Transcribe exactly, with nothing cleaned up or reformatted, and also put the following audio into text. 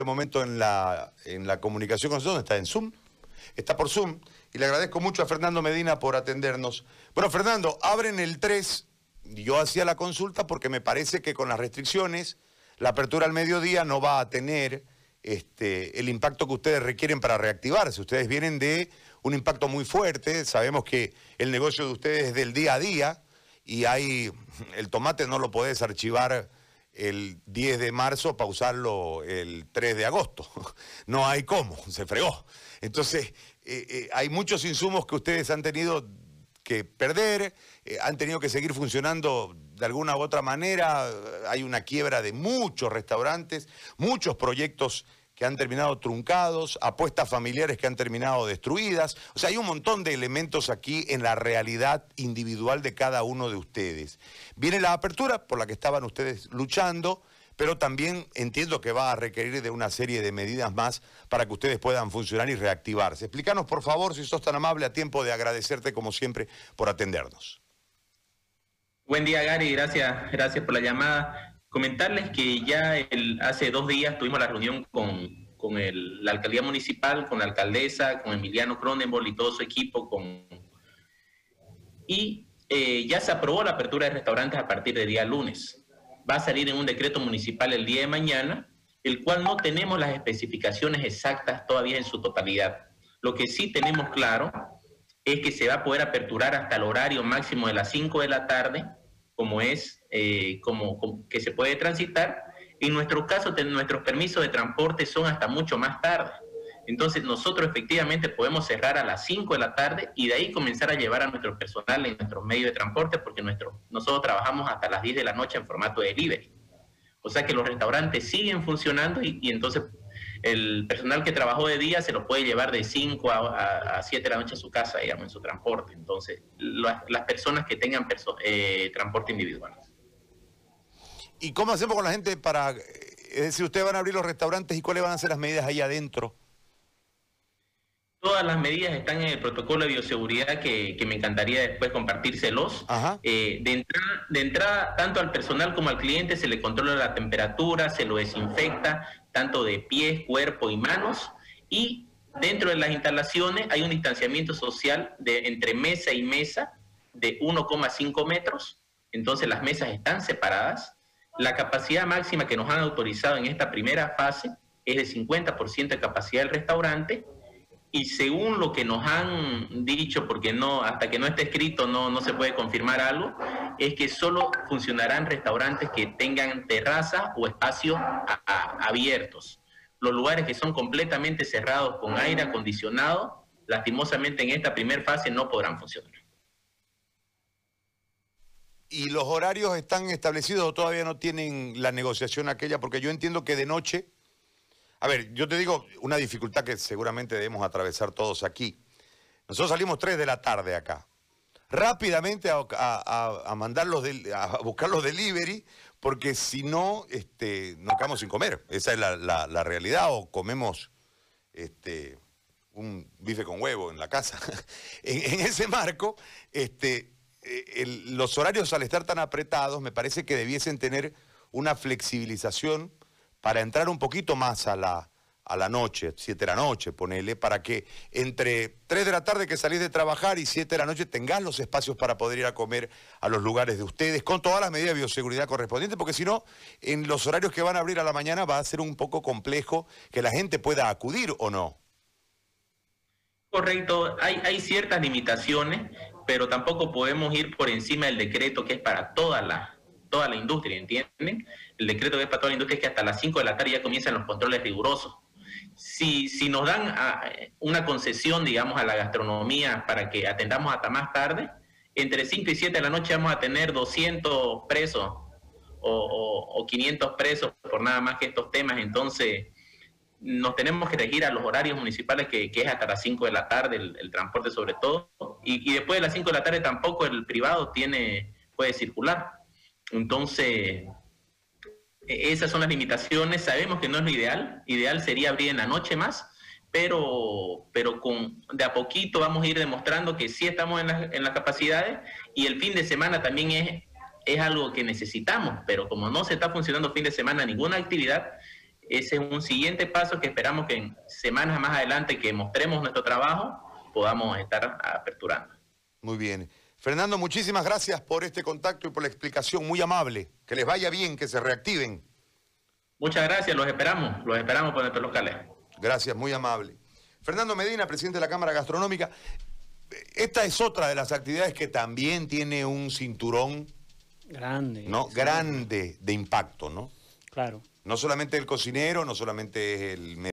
momento en la, en la comunicación con nosotros, está en Zoom, está por Zoom, y le agradezco mucho a Fernando Medina por atendernos. Bueno, Fernando, abren el tres, yo hacía la consulta porque me parece que con las restricciones, la apertura al mediodía no va a tener este, el impacto que ustedes requieren para reactivarse. Ustedes vienen de un impacto muy fuerte, sabemos que el negocio de ustedes es del día a día, y hay, el tomate no lo podés archivar el diez de marzo para usarlo el tres de agosto. No hay cómo, se fregó. Entonces, eh, eh, hay muchos insumos que ustedes han tenido que perder, eh, han tenido que seguir funcionando de alguna u otra manera. Hay una quiebra de muchos restaurantes, muchos proyectos que han terminado truncados, apuestas familiares que han terminado destruidas. O sea, hay un montón de elementos aquí en la realidad individual de cada uno de ustedes. Viene la apertura por la que estaban ustedes luchando, pero también entiendo que va a requerir de una serie de medidas más para que ustedes puedan funcionar y reactivarse. Explícanos, por favor, si sos tan amable, a tiempo de agradecerte, como siempre, por atendernos. Buen día, Gary, gracias, gracias por la llamada. Comentarles que ya el, hace dos días tuvimos la reunión con, con el, la alcaldía municipal, con la alcaldesa, con Emiliano Cronenbol y todo su equipo, con, y eh, ya se aprobó la apertura de restaurantes a partir del día lunes. Va a salir en un decreto municipal el día de mañana, el cual no tenemos las especificaciones exactas todavía en su totalidad. Lo que sí tenemos claro es que se va a poder aperturar hasta el horario máximo de las cinco de la tarde, como es, eh, como, como que se puede transitar. En nuestro caso, nuestros permisos de transporte son hasta mucho más tarde. Entonces, nosotros efectivamente podemos cerrar a las cinco de la tarde y de ahí comenzar a llevar a nuestro personal en nuestros medios de transporte, porque nuestro, nosotros trabajamos hasta las diez de la noche en formato de delivery. O sea que los restaurantes siguen funcionando y, y entonces el personal que trabajó de día se lo puede llevar de cinco a siete de la noche a su casa, digamos, en su transporte. Entonces, la, las personas que tengan perso eh, transporte individual. ¿Y cómo hacemos con la gente para, es decir, ustedes van a abrir los restaurantes y cuáles van a ser las medidas ahí adentro? Todas las medidas están en el protocolo de bioseguridad que, que me encantaría después compartírselos. Eh, de, entrada, de entrada, tanto al personal como al cliente se le controla la temperatura, se lo desinfecta, tanto de pies, cuerpo y manos. Y dentro de las instalaciones hay un distanciamiento social de entre mesa y mesa de uno coma cinco metros. Entonces las mesas están separadas. La capacidad máxima que nos han autorizado en esta primera fase es de cincuenta por ciento de capacidad del restaurante. Y según lo que nos han dicho, porque no, hasta que no esté escrito no, no se puede confirmar algo, es que solo funcionarán restaurantes que tengan terraza o espacios a, a, abiertos. Los lugares que son completamente cerrados con aire acondicionado, lastimosamente en esta primera fase no podrán funcionar. ¿Y los horarios están establecidos o todavía no tienen la negociación aquella? Porque yo entiendo que de noche... A ver, yo te digo una dificultad que seguramente debemos atravesar todos aquí. Nosotros salimos tres de la tarde acá. Rápidamente a, a, a, mandar los de, a buscar los delivery, porque si no, este, nos quedamos sin comer. Esa es la, la, la realidad, o comemos este, un bife con huevo en la casa. en, en ese marco, este, el, los horarios al estar tan apretados, me parece que debiesen tener una flexibilización para entrar un poquito más a la, a la noche, siete de la noche, ponele, para que entre tres de la tarde que salís de trabajar y siete de la noche tengas los espacios para poder ir a comer a los lugares de ustedes, con todas las medidas de bioseguridad correspondientes, porque si no, en los horarios que van a abrir a la mañana va a ser un poco complejo que la gente pueda acudir, ¿o no? Correcto, hay, hay ciertas limitaciones, pero tampoco podemos ir por encima del decreto que es para toda la... toda la industria, ¿entienden? El decreto que es para toda la industria es que hasta las cinco de la tarde ya comienzan los controles rigurosos. Si, si nos dan a, una concesión, digamos, a la gastronomía para que atendamos hasta más tarde, entre cinco y siete de la noche vamos a tener doscientos presos o, o, o quinientos presos por nada más que estos temas. Entonces, nos tenemos que regir a los horarios municipales que, que es hasta las cinco de la tarde, el, el transporte sobre todo, y, y después de las cinco de la tarde tampoco el privado tiene, puede circular. Entonces, esas son las limitaciones. Sabemos que no es lo ideal. Ideal sería abrir en la noche más, pero, pero con, de a poquito vamos a ir demostrando que sí estamos en, la, en las capacidades, y el fin de semana también es, es algo que necesitamos, pero como no se está funcionando fin de semana ninguna actividad, ese es un siguiente paso que esperamos que en semanas más adelante que mostremos nuestro trabajo, podamos estar aperturando. Muy bien. Fernando, muchísimas gracias por este contacto y por la explicación muy amable. Que les vaya bien, que se reactiven. Muchas gracias, los esperamos, los esperamos por nuestros locales. Gracias, muy amable. Fernando Medina, presidente de la Cámara Gastronómica. Esta es otra de las actividades que también tiene un cinturón grande, ¿no? Sí. grande de impacto, ¿no? Claro. No solamente el cocinero, no solamente el